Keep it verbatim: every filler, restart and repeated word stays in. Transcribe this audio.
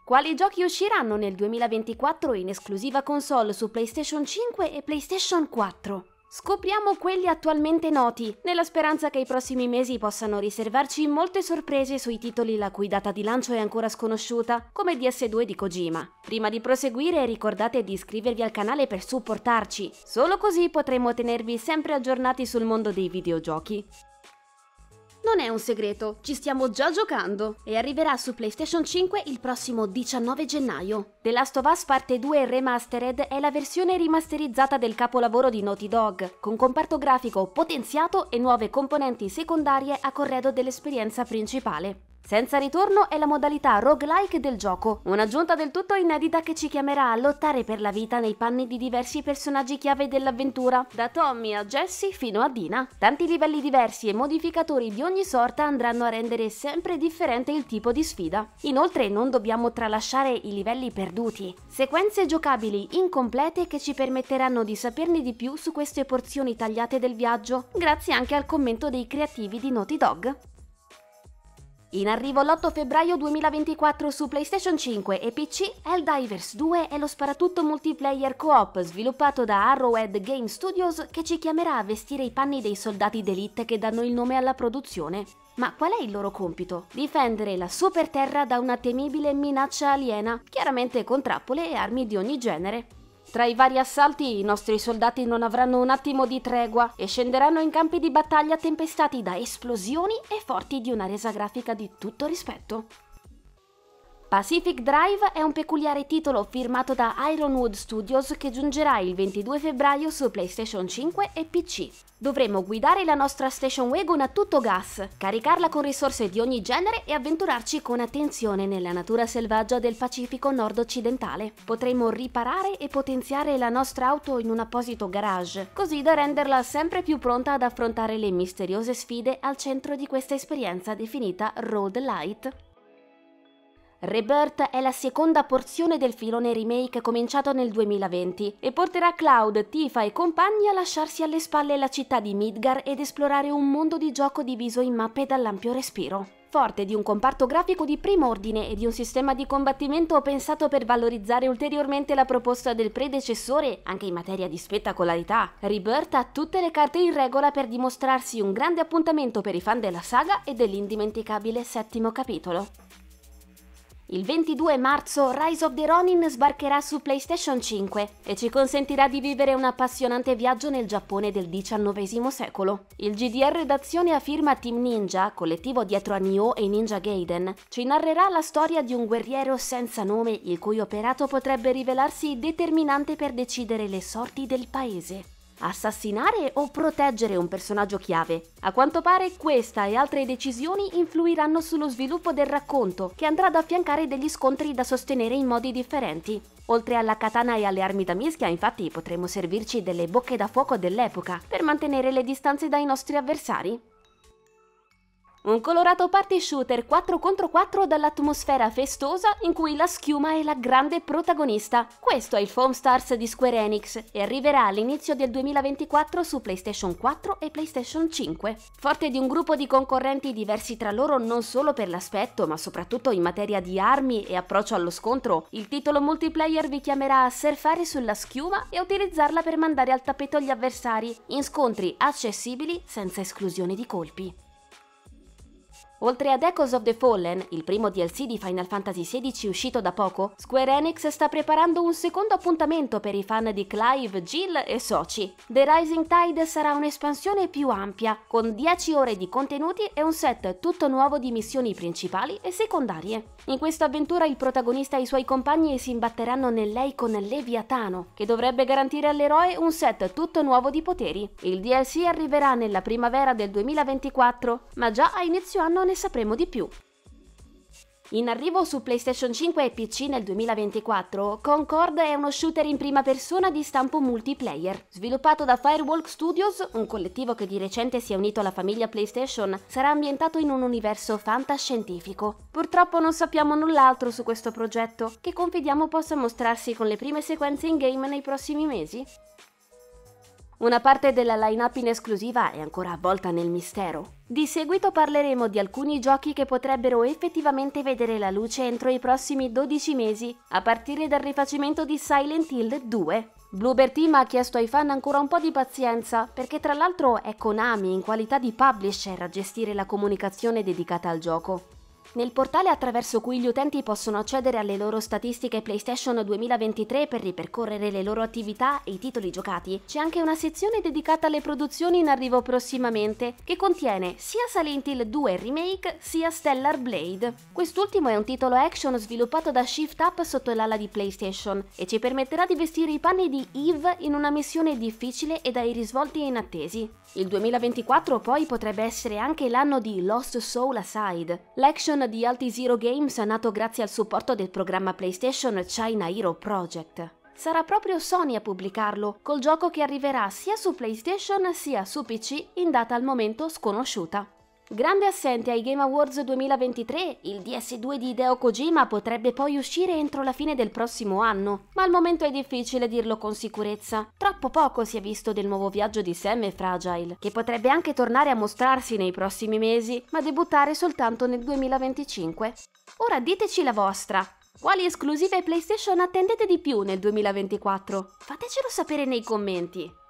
Quali giochi usciranno nel duemilaventiquattro in esclusiva console su PlayStation cinque e PlayStation quattro? Scopriamo quelli attualmente noti, nella speranza che i prossimi mesi possano riservarci molte sorprese sui titoli la cui data di lancio è ancora sconosciuta, come D S due di Kojima. Prima di proseguire ricordate di iscrivervi al canale per supportarci, solo così potremo tenervi sempre aggiornati sul mondo dei videogiochi. Non è un segreto, ci stiamo già giocando e arriverà su PlayStation cinque il prossimo diciannove gennaio. The Last of Us Parte due Remastered è la versione rimasterizzata del capolavoro di Naughty Dog, con comparto grafico potenziato e nuove componenti secondarie a corredo dell'esperienza principale. Senza ritorno è la modalità roguelike del gioco, un'aggiunta del tutto inedita che ci chiamerà a lottare per la vita nei panni di diversi personaggi chiave dell'avventura, da Tommy a Jessie fino a Dina. Tanti livelli diversi e modificatori di ogni sorta andranno a rendere sempre differente il tipo di sfida. Inoltre non dobbiamo tralasciare i livelli perduti, sequenze giocabili incomplete che ci permetteranno di saperne di più su queste porzioni tagliate del viaggio, grazie anche al commento dei creativi di Naughty Dog. In arrivo l'otto febbraio duemilaventiquattro su PlayStation cinque e P C, Helldivers due è lo sparatutto multiplayer co-op sviluppato da Arrowhead Game Studios che ci chiamerà a vestire i panni dei soldati d'élite che danno il nome alla produzione. Ma qual è il loro compito? Difendere la super terra da una temibile minaccia aliena, chiaramente con trappole e armi di ogni genere. Tra i vari assalti i nostri soldati non avranno un attimo di tregua e scenderanno in campi di battaglia tempestati da esplosioni e forti di una resa grafica di tutto rispetto. Pacific Drive è un peculiare titolo firmato da Ironwood Studios che giungerà il ventidue febbraio su PlayStation cinque e P C. Dovremo guidare la nostra station wagon a tutto gas, caricarla con risorse di ogni genere e avventurarci con attenzione nella natura selvaggia del Pacifico nord-occidentale. Potremo riparare e potenziare la nostra auto in un apposito garage, così da renderla sempre più pronta ad affrontare le misteriose sfide al centro di questa esperienza definita Road Light. Rebirth è la seconda porzione del filone remake cominciato nel duemilaventi e porterà Cloud, Tifa e compagni a lasciarsi alle spalle la città di Midgar ed esplorare un mondo di gioco diviso in mappe dall'ampio respiro. Forte di un comparto grafico di primo ordine e di un sistema di combattimento pensato per valorizzare ulteriormente la proposta del predecessore, anche in materia di spettacolarità, Rebirth ha tutte le carte in regola per dimostrarsi un grande appuntamento per i fan della saga e dell'indimenticabile settimo capitolo. Il ventidue marzo Rise of the Ronin sbarcherà su PlayStation cinque e ci consentirà di vivere un appassionante viaggio nel Giappone del diciannovesimo secolo. Il G D R d'azione a firma Team Ninja, collettivo dietro a Nioh e Ninja Gaiden, ci narrerà la storia di un guerriero senza nome il cui operato potrebbe rivelarsi determinante per decidere le sorti del paese. Assassinare o proteggere un personaggio chiave? A quanto pare questa e altre decisioni influiranno sullo sviluppo del racconto, che andrà ad affiancare degli scontri da sostenere in modi differenti. Oltre alla katana e alle armi da mischia, infatti, potremo servirci delle bocche da fuoco dell'epoca per mantenere le distanze dai nostri avversari. Un colorato party shooter quattro contro quattro dall'atmosfera festosa in cui la schiuma è la grande protagonista. Questo è il Foam Stars di Square Enix e arriverà all'inizio del duemilaventiquattro su PlayStation quattro e PlayStation cinque. Forte di un gruppo di concorrenti diversi tra loro non solo per l'aspetto ma soprattutto in materia di armi e approccio allo scontro, il titolo multiplayer vi chiamerà a surfare sulla schiuma e utilizzarla per mandare al tappeto gli avversari in scontri accessibili senza esclusione di colpi. Oltre ad Echoes of the Fallen, il primo D L C di Final Fantasy sedici uscito da poco, Square Enix sta preparando un secondo appuntamento per i fan di Clive, Jill e soci. The Rising Tide sarà un'espansione più ampia, con dieci ore di contenuti e un set tutto nuovo di missioni principali e secondarie. In questa avventura il protagonista e i suoi compagni si imbatteranno nell'Eikon Leviatano, che dovrebbe garantire all'eroe un set tutto nuovo di poteri. Il D L C arriverà nella primavera del duemilaventiquattro, ma già a inizio anno ne sapremo di più. In arrivo su PlayStation cinque e P C nel duemilaventiquattro, Concord è uno shooter in prima persona di stampo multiplayer. Sviluppato da Firewalk Studios, un collettivo che di recente si è unito alla famiglia PlayStation, sarà ambientato in un universo fantascientifico. Purtroppo non sappiamo null'altro su questo progetto, che confidiamo possa mostrarsi con le prime sequenze in game nei prossimi mesi. Una parte della line-up in esclusiva è ancora avvolta nel mistero. Di seguito parleremo di alcuni giochi che potrebbero effettivamente vedere la luce entro i prossimi dodici mesi, a partire dal rifacimento di Silent Hill due. Bloober Team ha chiesto ai fan ancora un po' di pazienza, perché tra l'altro è Konami in qualità di publisher a gestire la comunicazione dedicata al gioco. Nel portale attraverso cui gli utenti possono accedere alle loro statistiche PlayStation duemilaventitré per ripercorrere le loro attività e i titoli giocati, c'è anche una sezione dedicata alle produzioni in arrivo prossimamente, che contiene sia Silent Hill due Remake sia Stellar Blade. Quest'ultimo è un titolo action sviluppato da Shift Up sotto l'ala di PlayStation e ci permetterà di vestire i panni di Eve in una missione difficile e dai risvolti inattesi. Il duemilaventiquattro poi potrebbe essere anche l'anno di Lost Soul Aside, l'action di Altizero Games nato grazie al supporto del programma PlayStation China Hero Project. Sarà proprio Sony a pubblicarlo, col gioco che arriverà sia su PlayStation sia su P C in data al momento sconosciuta. Grande assente ai Game Awards duemilaventitré, il D S due di Hideo Kojima potrebbe poi uscire entro la fine del prossimo anno, ma al momento è difficile dirlo con sicurezza. Troppo poco si è visto del nuovo viaggio di Sam e Fragile, che potrebbe anche tornare a mostrarsi nei prossimi mesi, ma debuttare soltanto nel duemilaventicinque. Ora diteci la vostra. Quali esclusive PlayStation attendete di più nel duemilaventiquattro? Fatecelo sapere nei commenti.